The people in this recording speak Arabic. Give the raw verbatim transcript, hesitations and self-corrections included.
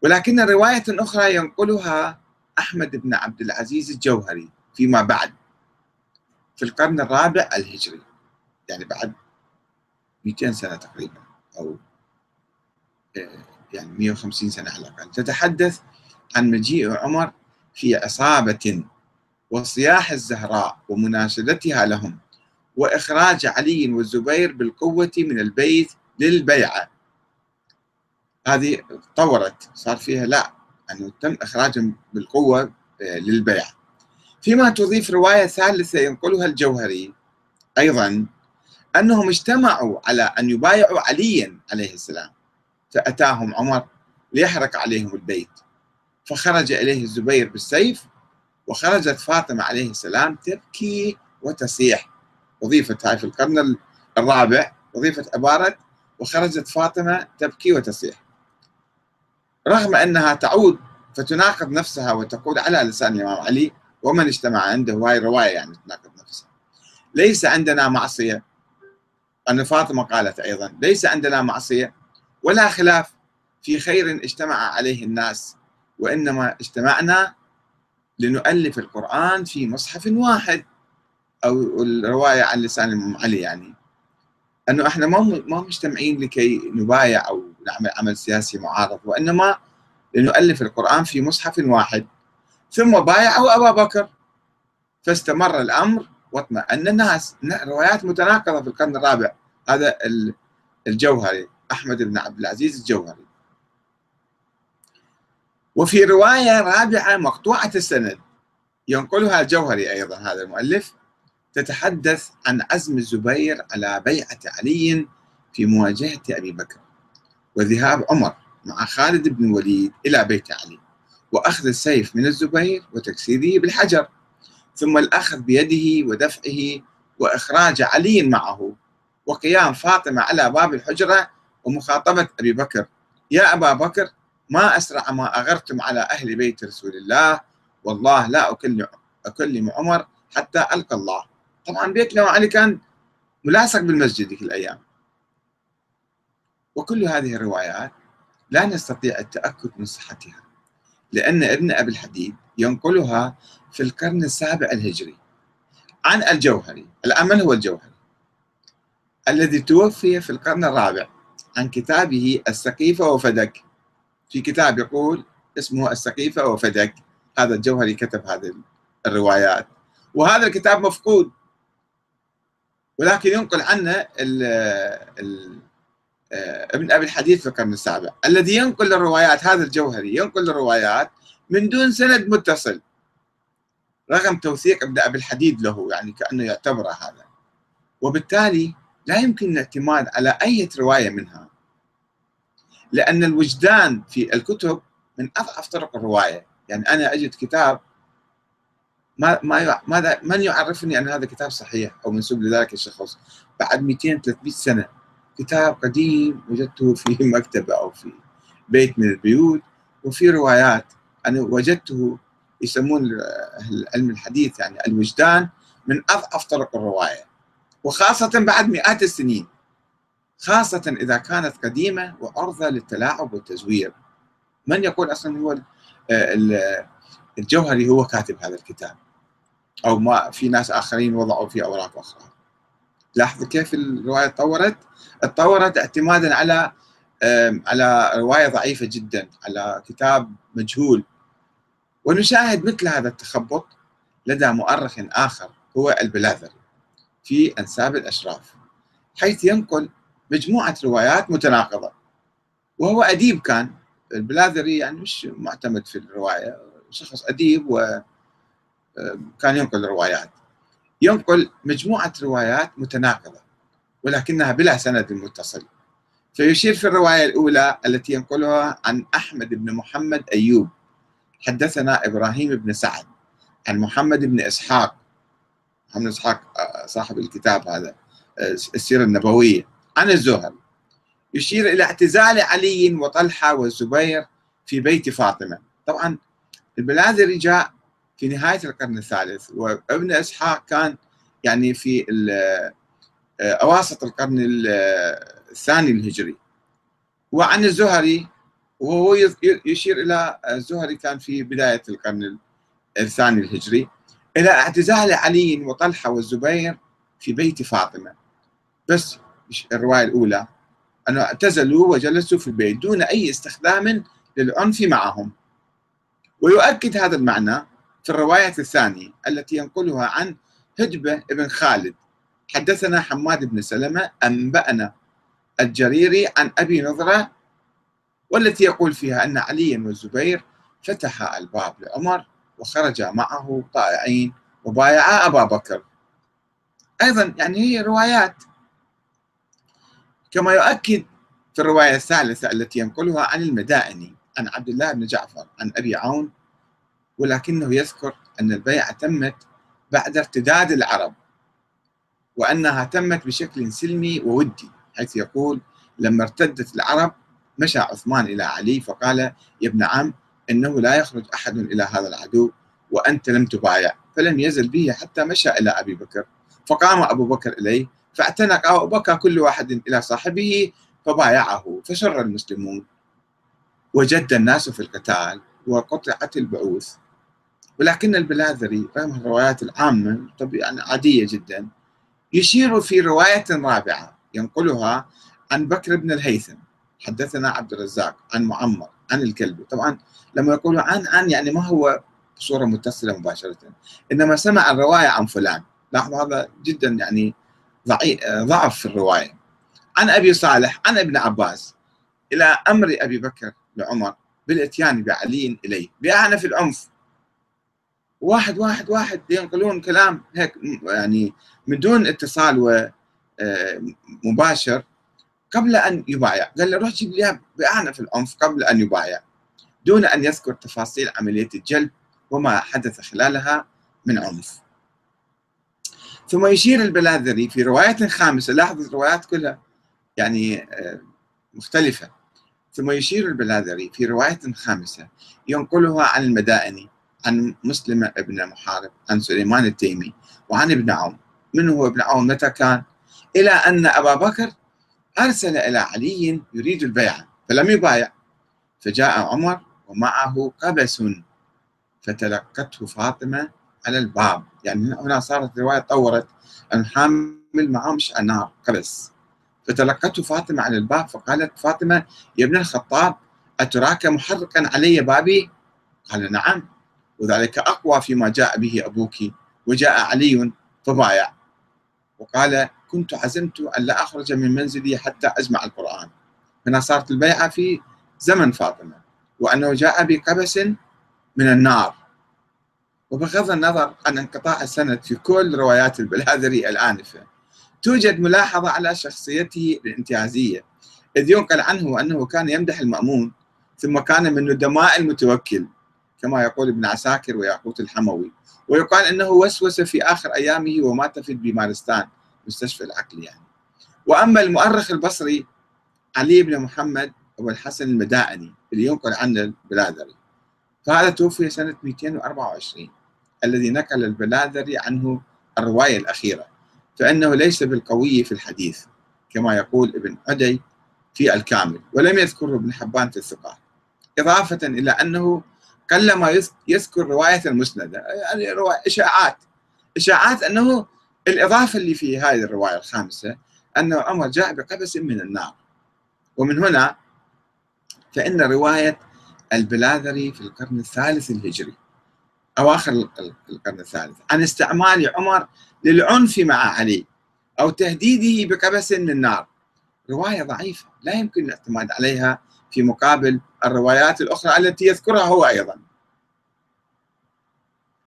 ولكن رواية أخرى ينقلها أحمد بن عبد العزيز الجوهري فيما بعد في القرن الرابع الهجري، يعني بعد مئتين سنة تقريبا، أو يعني مئة وخمسين سنة على الأقل، تتحدث عن مجيء عمر في عصابة وصياح الزهراء ومناشدتها لهم وإخراج علي والزبير بالقوة من البيت للبيعة. هذه طورت، صار فيها لا، أنه تم إخراجهم بالقوة للبيعة. فيما تضيف رواية ثالثة ينقلها الجوهري أيضا أنهم اجتمعوا على أن يبايعوا عليا عليه السلام، فأتاهم عمر ليحرق عليهم البيت، فخرج إليه الزبير بالسيف، وخرجت فاطمة عليه السلام تبكي وتصيح. أضيفت هاي في القرن الرابع، أضيفت عبارة وخرجت فاطمة تبكي وتصيح، رغم أنها تعود فتناقض نفسها وتقول على لسان الإمام علي ومن اجتمع عنده، وهي رواية يعني تناقض نفسها. ليس عندنا معصية، أن فاطمة قالت أيضا ليس عندنا معصية ولا خلاف في خير اجتمع عليه الناس، وإنما اجتمعنا لنؤلف القرآن في مصحف واحد، أو الرواية عن لسان الإمام علي يعني أنه إحنا ما ما مجتمعين لكي نبايع أو نعمل عمل سياسي معارض، وإنما لنؤلف القرآن في مصحف واحد. ثم بايعوا أبا بكر فاستمر الأمر واطمأن الناس. روايات متناقضة في القرن الرابع. هذا الجوهري أحمد بن عبد العزيز الجوهري. وفي رواية رابعة مقطوعة السند ينقلها الجوهري أيضا هذا المؤلف، تتحدث عن عزم الزبير على بيعة علي في مواجهة أبي بكر، وذهاب عمر مع خالد بن الوليد إلى بيت علي، وأخذ السيف من الزبير وتكسيره بالحجر، ثم الأخذ بيده ودفعه وإخراج علي معه، وقيام فاطمة على باب الحجرة ومخاطبة أبي بكر: يا أبا بكر، ما أسرع ما أغرتم على أهل بيت رسول الله، والله لا أكلم, أكلم عمر حتى ألقى الله. طبعا بيت الإمام علي كان ملاصق بالمسجد ذيك الأيام. وكل هذه الروايات لا نستطيع التأكد من صحتها، لأن ابن أبي الحديد ينقلها في القرن السابع الهجري عن الجوهري. الأمل هو الجوهري الذي توفي في القرن الرابع، عن كتابه السقيفة وفدك. في كتاب يقول اسمه السقيفة وفدك، هذا الجوهري كتب هذه الروايات، وهذا الكتاب مفقود، ولكن ينقل عنه ال ال ابن أبي الحديد في القرن السابع، الذي ينقل الروايات. هذا الجوهري ينقل الروايات من دون سند متصل، رغم توثيق ابن أبي الحديد له، يعني كأنه يعتبره هذا، وبالتالي لا يمكن الاعتماد على أي رواية منها، لأن الوجدان في الكتب من أضعف طرق الرواية. يعني أنا أجد كتاب ما ما ماذا من يعرفني أن هذا كتاب صحيح أو منسوب لذلك الشخص بعد مئتين ثلاثمئة سنة؟ كتاب قديم وجدته في مكتبة أو في بيت من البيوت، وفي روايات أنا وجدته. يسمون علم الحديث يعني الوجدان من أضعف طرق الرواية، وخاصة بعد مئات السنين، خاصة إذا كانت قديمة وعرضة للتلاعب والتزوير. من يقول أصلا هو الجوهري هو كاتب هذا الكتاب، أو ما في ناس آخرين وضعوا في أوراق أخرى؟ لاحظوا كيف الرواية تطورت تطورت اعتمادا على على رواية ضعيفة جدا، على كتاب مجهول. ونشاهد مثل هذا التخبط لدى مؤرخ آخر هو البلاذري في أنساب الأشراف، حيث ينقل مجموعة روايات متناقضة، وهو أديب. كان البلاذري يعني مش معتمد في الرواية، شخص أديب وكان ينقل روايات، ينقل مجموعة روايات متناقضة ولكنها بلا سند متصل. فيشير في الرواية الأولى التي ينقلها عن أحمد بن محمد أيوب: حدثنا إبراهيم بن سعد عن محمد بن إسحاق. محمد إسحاق صاحب الكتاب هذا السيرة النبوية، عن الزهري، يشير إلى اعتزال علي وطلحة والزبير في بيت فاطمة. طبعا البلاذري جاء في نهاية القرن الثالث، وابن إسحاق كان يعني في أواسط القرن الثاني الهجري. وعن الزهري وهو يشير إلى الزهري كان في بداية القرن الثاني الهجري إلى اعتزال علي وطلحة والزبير في بيت فاطمة. بس الرواية الأولى أنه اعتزلوا وجلسوا في البيت دون أي استخدام للعنف معهم. ويؤكد هذا المعنى في الرواية الثانية التي ينقلها عن هجبة بن خالد: حدثنا حماد بن سلمة أنبأنا الجريري عن أبي نضرة، والتي يقول فيها أن عليا والزبير فتحا الباب لعمر وخرجا معه طائعين وبايعا أبا بكر. أيضا يعني هي روايات. كما يؤكد في الرواية الثالثة التي ينقلها عن المدائني عن عبد الله بن جعفر عن أبي عون، ولكنه يذكر أن البيعة تمت بعد ارتداد العرب، وأنها تمت بشكل سلمي وودي، حيث يقول: لما ارتدت العرب مشى عثمان إلى علي فقال: يا ابن عم، إنه لا يخرج أحد إلى هذا العدو وأنت لم تبايع، فلم يزل به حتى مشى إلى أبي بكر، فقام أبو بكر إليه فاعتنق وبكى كل واحد إلى صاحبه فبايعه، فشر المسلمون وجد الناس في القتال وقطعت البعوث. ولكن البلاذري رغم الروايات العامة يعني عادية جدا يشير في رواية رابعة ينقلها عن بكر بن الهيثم: حدثنا عبد الرزاق عن معمر عن الكلبي. طبعا لما يقولوا عن عن يعني ما هو بصورة متصلة مباشرة، إنما سمع الرواية عن فلان. لاحظوا هذا جدا يعني ضعف في الرواية. عن أبي صالح عن ابن عباس إلى أمر أبي بكر لعمر بالإتيان بعلي إليه بأعنف العنف. واحد واحد واحد ينقلون كلام هيك يعني من دون اتصال ومباشر قبل أن يبايع. قال له روح جيب لي بأعنف العنف قبل أن يبايع، دون أن يذكر تفاصيل عملية الجلب وما حدث خلالها من عنف. ثم يشير البلاذري في رواية خامسة، لاحظ الروايات كلها يعني مختلفة. ثم يشير البلاذري في رواية خامسة ينقلها عن المدائني عن مسلم ابن محارب عن سليمان التيمي وعن ابن عون. من هو ابن عون؟ متى كان؟ إلى أن أبا بكر أرسل إلى علي يريد البيعة فلم يبايع، فجاء عمر ومعه قبس فتلقته فاطمة على الباب. يعني هنا صارت رواية طورت أن حامل معه مش نار قبس. فتلقته فاطمة على الباب فقالت فاطمة: يا ابن الخطاب، أتراك محرقا علي بابي؟ قال: نعم، وذلك أقوى فيما جاء به أبوك. وجاء علي فبايع وقال: كنت عزمت أن لا أخرج من منزلي حتى أجمع القرآن. هنا صارت البيعة في زمن فاطمة، وأنه جاء بقبس من النار. وبغض النظر عن انقطاع السند في كل روايات البلاذري الآنفة، توجد ملاحظة على شخصيته الانتهازية، إذ ينقل عنه أنه كان يمدح المأمون ثم كان من ندماء المتوكل كما يقول ابن عساكر وياقوت الحموي. ويقال أنه وسوس في آخر أيامه ومات في بمارستان مستشفى العقل يعني. وأما المؤرخ البصري علي بن محمد أبو الحسن المدائني اللي ينقل عنه البلاذري، فهذا توفي سنة مئتين وأربعة وعشرين، الذي نقل البلاذري عنه الرواية الأخيرة، فإنه ليس بالقوي في الحديث كما يقول ابن عدي في الكامل، ولم يذكره ابن حبان في الثقات، إضافة إلى أنه قلما يذكر رواية المسندة، يعني إشاعات إشاعات أنه الإضافة اللي في هذه الرواية الخامسة أنه عمر جاء بقبس من النار. ومن هنا فإن رواية البلاذري في القرن الثالث الهجري أواخر القرن الثالث عن استعمال عمر للعنف مع علي أو تهديده بقبس من نار رواية ضعيفة لا يمكن الاعتماد عليها في مقابل الروايات الأخرى التي يذكرها هو أيضا.